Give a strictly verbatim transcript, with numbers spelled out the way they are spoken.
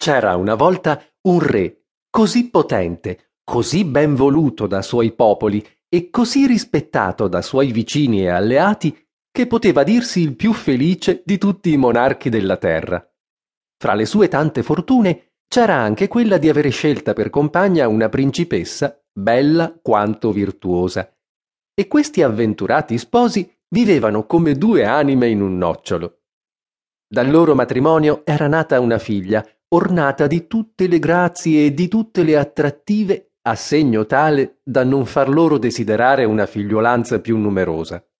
C'era una volta un re così potente, così ben voluto da suoi popoli e così rispettato da suoi vicini e alleati che poteva dirsi il più felice di tutti i monarchi della terra. Fra le sue tante fortune c'era anche quella di avere scelta per compagna una principessa bella quanto virtuosa. E questi avventurati sposi vivevano come due anime in un nocciolo. Dal loro matrimonio era nata una figlia, ornata di tutte le grazie e di tutte le attrattive, a segno tale da non far loro desiderare una figliolanza più numerosa.